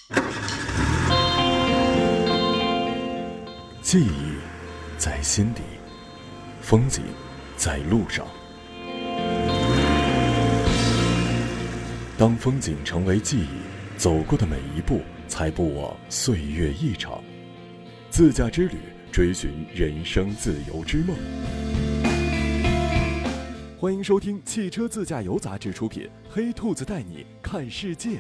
记忆在心底，风景在路上。当风景成为记忆，走过的每一步才不枉岁月一场。自驾之旅，追寻人生自由之梦。欢迎收听汽车自驾游杂志出品，黑兔子带你看世界。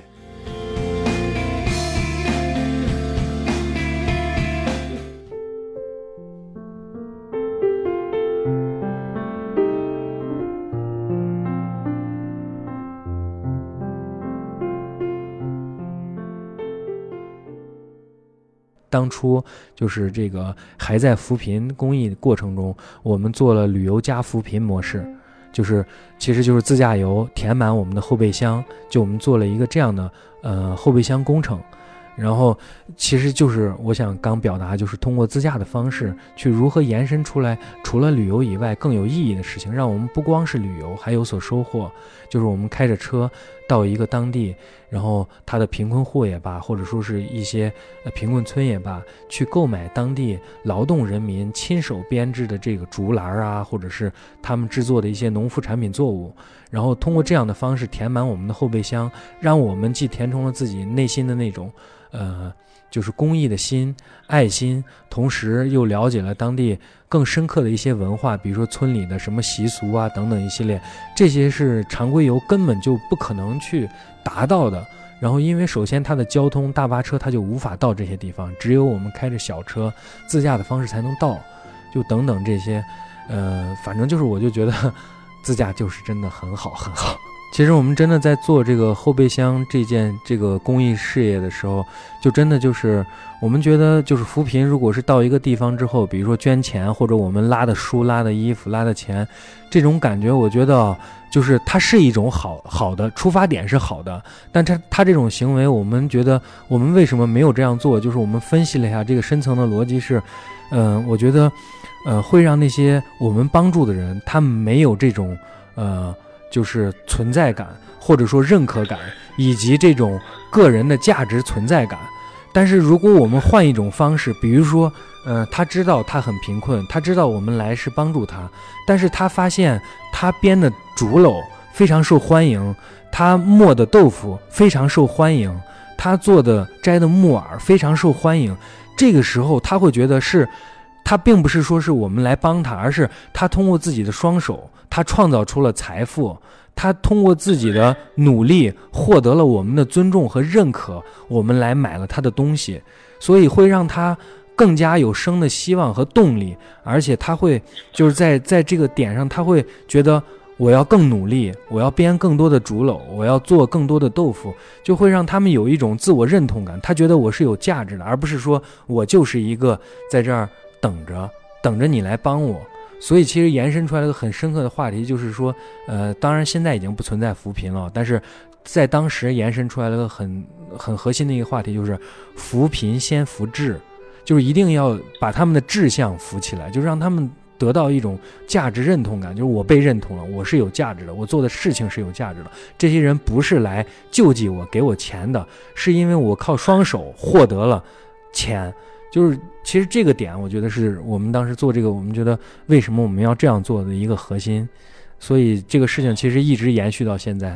当初就是这个还在扶贫公益过程中，我们做了旅游加扶贫模式，其实就是自驾游填满我们的后备箱，就我们做了一个这样的后备箱工程。然后其实就是我想刚表达，就是通过自驾的方式去如何延伸出来除了旅游以外更有意义的事情，让我们不光是旅游还有所收获。就是我们开着车到一个当地，然后他的贫困户也罢，或者说是一些贫困村也罢，去购买当地劳动人民亲手编织的这个竹篮啊，或者是他们制作的一些农副产品作物，然后通过这样的方式填满我们的后备箱，让我们既填充了自己内心的那种就是公益的心、爱心，同时又了解了当地更深刻的一些文化，比如说村里的什么习俗啊等等一系列，这些是常规游根本就不可能去达到的。然后因为首先它的交通大巴车它就无法到这些地方，只有我们开着小车自驾的方式才能到，就等等这些反正就是我就觉得自驾就是真的很好很好。其实我们真的在做这个后备箱这个公益事业的时候，就真的就是我们觉得就是扶贫，如果是到一个地方之后，比如说捐钱或者我们拉的书、拉的衣服、拉的钱，这种感觉我觉得就是它是一种好的出发点是好的，但它这种行为，我们觉得我们为什么没有这样做？就是我们分析了一下这个深层的逻辑是，我觉得会让那些我们帮助的人，他们没有这种就是存在感，或者说认可感，以及这种个人的价值存在感。但是如果我们换一种方式，比如说他知道他很贫困，他知道我们来是帮助他，但是他发现他编的竹篓非常受欢迎，他磨的豆腐非常受欢迎，他做的摘的木耳非常受欢迎，这个时候他会觉得是他并不是说是我们来帮他，而是他通过自己的双手，他创造出了财富，他通过自己的努力获得了我们的尊重和认可，我们来买了他的东西，所以会让他更加有生的希望和动力，而且他会就是在这个点上，他会觉得我要更努力，我要编更多的竹篓，我要做更多的豆腐，就会让他们有一种自我认同感，他觉得我是有价值的，而不是说我就是一个在这儿等着你来帮我。所以其实延伸出来一个很深刻的话题，就是说当然现在已经不存在扶贫了，但是在当时延伸出来了一个很核心的一个话题，就是扶贫先扶志，就是一定要把他们的志向扶起来，就是让他们得到一种价值认同感，就是我被认同了，我是有价值的，我做的事情是有价值的，这些人不是来救济我给我钱的，是因为我靠双手获得了钱。就是其实这个点我觉得是我们当时做这个，我们觉得为什么我们要这样做的一个核心，所以这个事情其实一直延续到现在。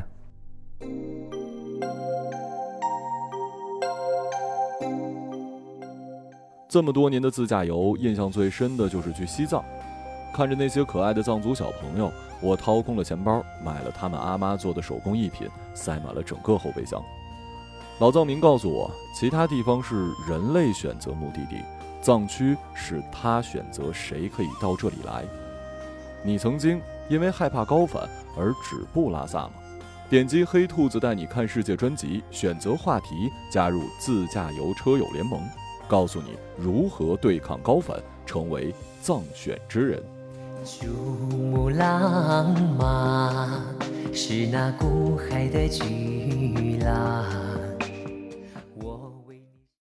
这么多年的自驾游，印象最深的就是去西藏，看着那些可爱的藏族小朋友，我掏空了钱包，买了他们阿妈做的手工艺品，塞满了整个后备箱。老藏民告诉我，其他地方是人类选择目的地，藏区是他选择谁可以到这里来。你曾经因为害怕高反而止步拉萨吗？点击黑兔子带你看世界专辑，选择话题，加入自驾游车友联盟，告诉你如何对抗高反，成为藏选之人。 珠穆朗玛是那古海的巨浪，